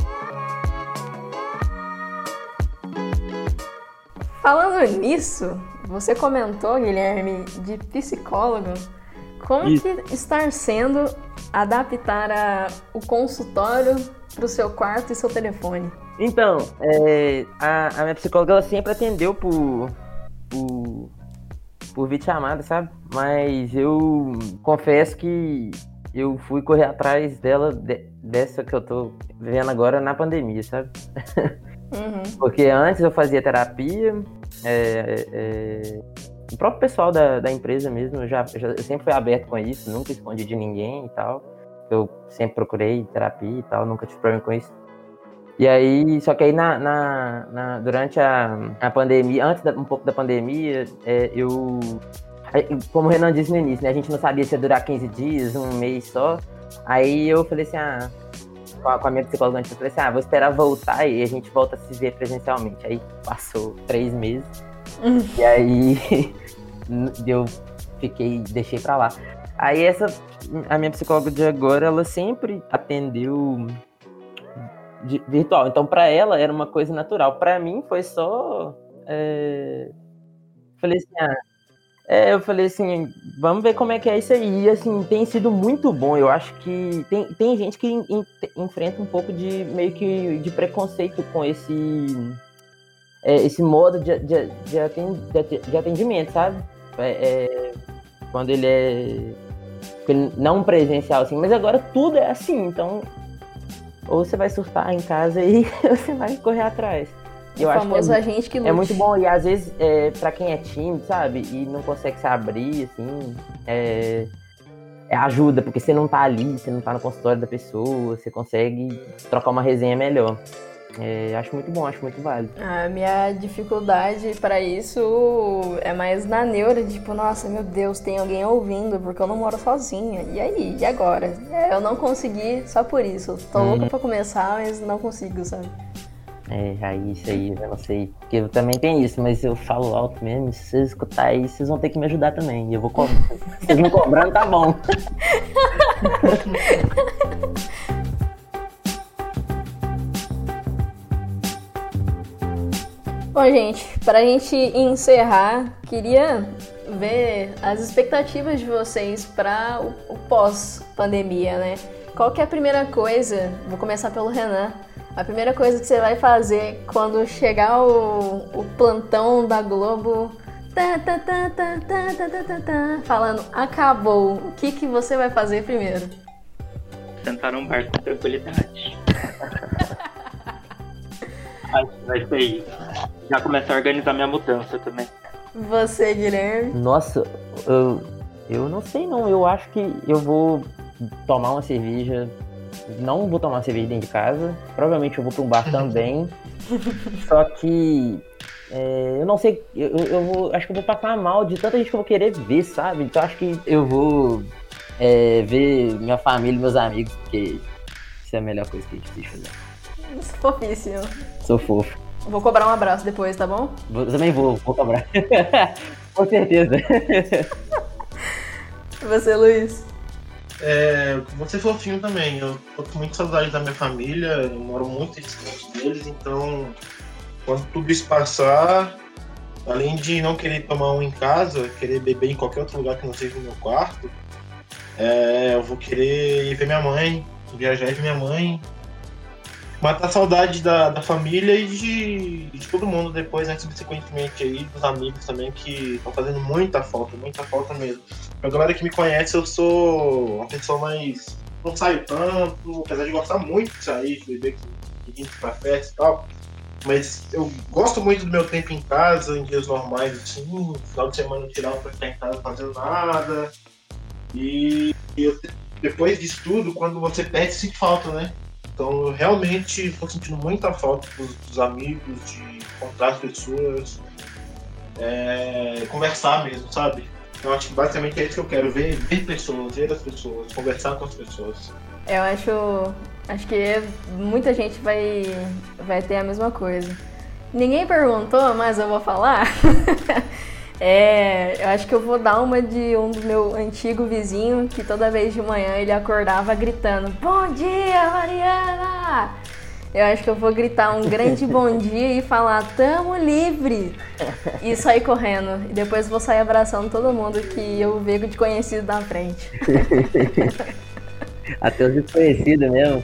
Falando nisso, você comentou, Guilherme, de psicólogo. Como que está sendo adaptar o consultório para o seu quarto e seu telefone? Então, a minha psicóloga ela sempre atendeu por videochamada, sabe? Mas eu confesso que eu fui correr atrás dela, dessa que eu tô vivendo agora na pandemia, sabe? Porque antes eu fazia terapia, o próprio pessoal da empresa mesmo, eu sempre fui aberto com isso, nunca escondi de ninguém e tal. Eu sempre procurei terapia e tal, nunca tive problema com isso. E aí, só que aí durante a pandemia, antes um pouco da pandemia, como o Renan disse no início, né, a gente não sabia se ia durar 15 dias, um mês só. Aí eu falei assim, com a minha psicóloga antes, eu falei assim, vou esperar voltar e a gente volta a se ver presencialmente. Aí passou 3 meses, e aí eu deixei pra lá. Aí a minha psicóloga de agora, ela sempre atendeu virtual, então pra ela era uma coisa natural. Pra mim foi só... eu falei assim, vamos ver como é que é isso aí. E assim, tem sido muito bom. Eu acho que tem gente que enfrenta um pouco meio que de preconceito com esse modo de atendimento, sabe? Quando ele é não presencial, assim. Mas agora tudo é assim, então ou você vai surtar em casa e você vai correr atrás. Eu acho que agente que lute. É muito bom, e às vezes, pra quem é tímido, sabe, e não consegue se abrir, assim, ajuda, porque você não tá ali, você não tá no consultório da pessoa, você consegue trocar uma resenha melhor. Acho muito bom, acho muito válido. A minha dificuldade pra isso é mais na neura, tipo, nossa, meu Deus, tem alguém ouvindo, porque eu não moro sozinha. E aí? E agora? Eu não consegui só por isso. Tô louca pra começar, mas não consigo, sabe? Aí isso aí, eu não sei. Porque eu também tenho isso, mas eu falo alto mesmo. Se vocês escutarem aí, vocês vão ter que me ajudar também. E eu vou cobrar. Se vocês não cobrando, tá bom. Bom, gente, pra gente encerrar, queria ver as expectativas de vocês para o pós-pandemia, né? Qual que é a primeira coisa? Vou começar pelo Renan. A primeira coisa que você vai fazer quando chegar o plantão da Globo falando acabou, o que você vai fazer primeiro? Sentar num bar com tranquilidade. Vai ser isso. Já começar a organizar minha mudança também. Você, Guilherme? Nossa, eu não sei não. Eu acho que eu vou tomar uma cerveja. Não vou tomar cerveja dentro de casa. Provavelmente eu vou para um bar também. Só que eu não sei, acho que eu vou passar mal de tanta gente que eu vou querer ver, sabe? Então acho que eu vou ver minha família e meus amigos, porque isso é a melhor coisa que a gente pode fazer. Fofíssimo. Sou fofo. Vou cobrar um abraço depois, tá bom? Eu também vou cobrar. Com certeza. E você, Luiz? Vou ser fofinho também. Eu tô com muita saudade da minha família, eu moro muito distante deles, então quando tudo isso passar, além de não querer tomar um em casa, querer beber em qualquer outro lugar que não seja no meu quarto, eu vou querer ir ver minha mãe, viajar e ver minha mãe, matar a saudade da família e de todo mundo depois, né, subsequentemente aí, dos amigos também, que estão fazendo muita falta mesmo. Pra galera que me conhece, eu sou uma pessoa mais... não saio tanto, apesar de gostar muito de sair, de beber com gente pra festa e tal, mas eu gosto muito do meu tempo em casa, em dias normais, assim, no final de semana eu tirava pra ficar em casa fazendo nada, e depois disso tudo, quando você perde, sente falta, né? Então eu realmente estou sentindo muita falta dos amigos, de encontrar as pessoas, conversar mesmo, sabe? Então acho que basicamente é isso que eu quero, ver pessoas, ver as pessoas, conversar com as pessoas. Eu acho que muita gente vai ter a mesma coisa. Ninguém perguntou, mas eu vou falar. Eu acho que eu vou dar uma de um do meu antigo vizinho, que toda vez de manhã ele acordava gritando: "Bom dia, Mariana!" Eu acho que eu vou gritar um grande bom dia e falar: "Tamo livre!" E sair correndo. E depois vou sair abraçando todo mundo que eu vejo de conhecido na frente. Até os desconhecidos mesmo.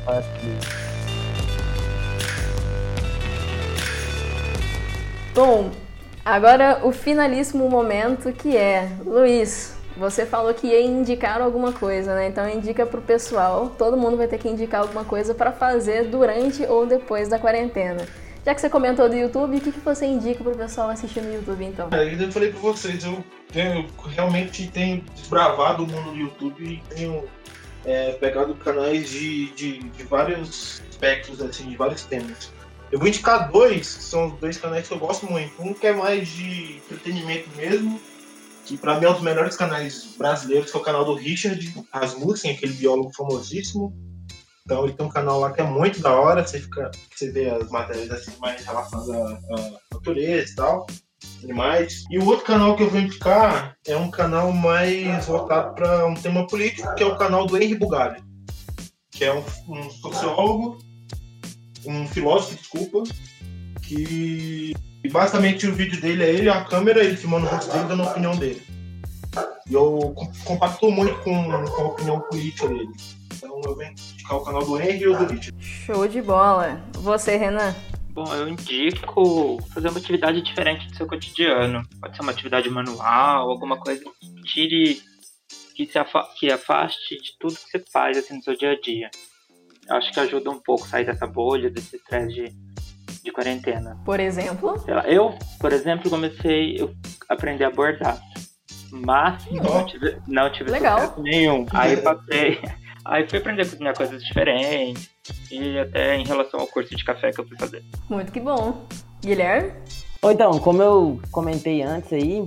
Bom, agora o finalíssimo momento, que é... Luiz, você falou que ia indicar alguma coisa, né? Então indica pro pessoal. Todo mundo vai ter que indicar alguma coisa pra fazer durante ou depois da quarentena. Já que você comentou do YouTube, o que você indica pro pessoal assistir no YouTube, então? Eu falei pra vocês, eu realmente tenho desbravado o mundo do YouTube e tenho pegado canais de vários aspectos, assim, de vários temas. Eu vou indicar dois, que são os dois canais que eu gosto muito. Um que é mais de entretenimento mesmo, que pra mim é um dos melhores canais brasileiros, que é o canal do Richard Rasmussen, aquele biólogo famosíssimo. Então ele tem um canal lá que é muito da hora, você vê as matérias assim, mais relacionadas à natureza e tal, animais. E o outro canal que eu vou indicar é um canal mais voltado para um tema político, que é o canal do Henri Bugalho, que é um sociólogo, um filósofo, desculpa, que basicamente o vídeo dele é ele, a câmera, ele filmando o rosto dele, dando a opinião dele. E eu compacto muito com a opinião política dele. Então eu venho indicar o canal do Henry e o do Richard. Show de bola. Você, Renan? Bom, eu indico fazer uma atividade diferente do seu cotidiano. Pode ser uma atividade manual, alguma coisa que tire, que afaste de tudo que você faz assim, no seu dia a dia. Eu acho que ajuda um pouco a sair dessa bolha, desse estresse de quarentena. Por exemplo? Sei lá, eu, por exemplo, comecei a aprender a bordar. Mas não tive sucesso nenhum. Aí fui aprender a cozinhar coisas diferentes. E até em relação ao curso de café que eu fui fazer. Muito que bom. Guilherme? Então, como eu comentei antes aí,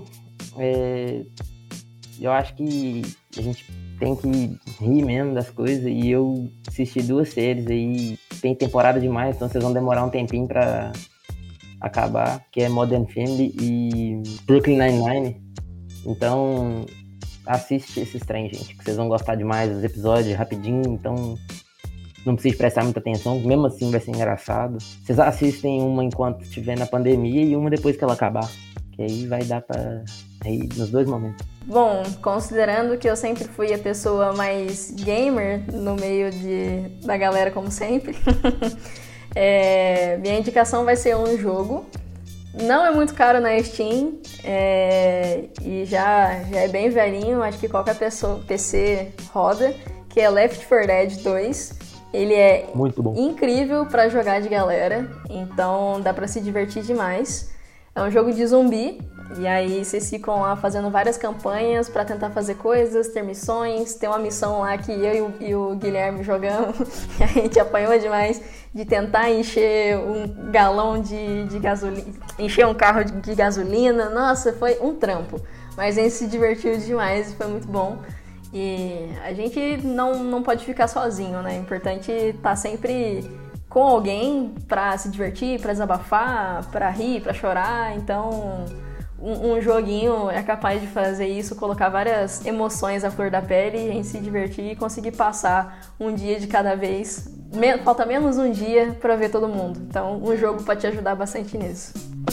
eu acho que a gente tem que rir mesmo das coisas. E eu assisti 2 séries aí, tem temporada demais, então vocês vão demorar um tempinho pra acabar, que é Modern Family e Brooklyn Nine-Nine. Então, assiste esses trem, gente, que vocês vão gostar demais dos episódios rapidinho, então não precisa prestar muita atenção, mesmo assim vai ser engraçado. Vocês assistem uma enquanto estiver na pandemia e uma depois que ela acabar, que aí vai dar pra ir nos 2 momentos. Bom, considerando que eu sempre fui a pessoa mais gamer no meio da galera, como sempre, minha indicação vai ser um jogo. Não é muito caro na Steam, e já é bem velhinho, acho que qualquer PC roda, que é Left 4 Dead 2. Ele é muito bom, incrível pra jogar de galera, então dá pra se divertir demais. É um jogo de zumbi, E aí vocês ficam lá fazendo várias campanhas pra tentar fazer coisas, ter missões. Tem uma missão lá que eu e o Guilherme jogamos, e a gente apanhou demais, de tentar encher um galão de gasolina, encher um carro de gasolina. Nossa, foi um trampo. Mas a gente se divertiu demais e foi muito bom. E a gente não pode ficar sozinho, né? É importante estar sempre com alguém pra se divertir, pra desabafar, pra rir, pra chorar. Então, um joguinho é capaz de fazer isso, colocar várias emoções à flor da pele, a gente se divertir e conseguir passar um dia de cada vez. Falta menos um dia pra ver todo mundo. Então, um jogo pode te ajudar bastante nisso.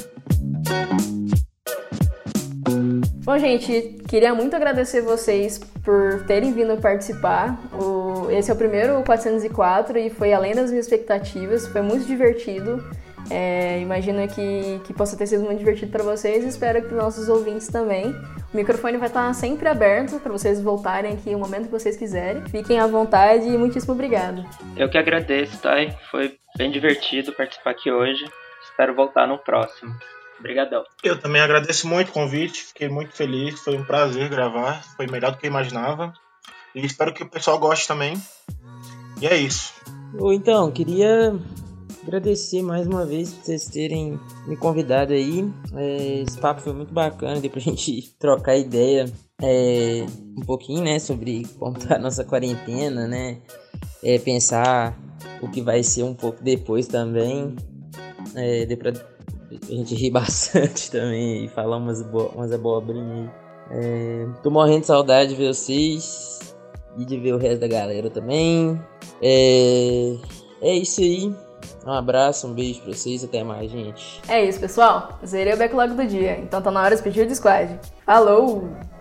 Bom, gente, queria muito agradecer vocês por terem vindo participar. Esse é o primeiro 404 e foi além das minhas expectativas, foi muito divertido. Imagino que possa ter sido muito divertido para vocês e espero que nossos ouvintes também. O microfone vai estar sempre aberto para vocês voltarem aqui o momento que vocês quiserem. Fiquem à vontade e muitíssimo obrigado. Eu que agradeço, Thay. Foi bem divertido participar aqui hoje. Espero voltar no próximo. Obrigadão. Eu também agradeço muito o convite, fiquei muito feliz, foi um prazer gravar, foi melhor do que eu imaginava. E espero que o pessoal goste também. E é isso. Então, queria agradecer mais uma vez por vocês terem me convidado aí. Esse papo foi muito bacana, deu pra gente trocar ideia um pouquinho, né, sobre como tá a nossa quarentena, né? Pensar o que vai ser um pouco depois também. Deu pra a gente rir bastante também e falar umas abobrinhas aí. Tô morrendo de saudade de ver vocês e de ver o resto da galera também. É isso aí. Um abraço, um beijo pra vocês, até mais, gente. É isso, pessoal. Zerei o backlog do dia, então tá na hora de pedir o squad. Falou!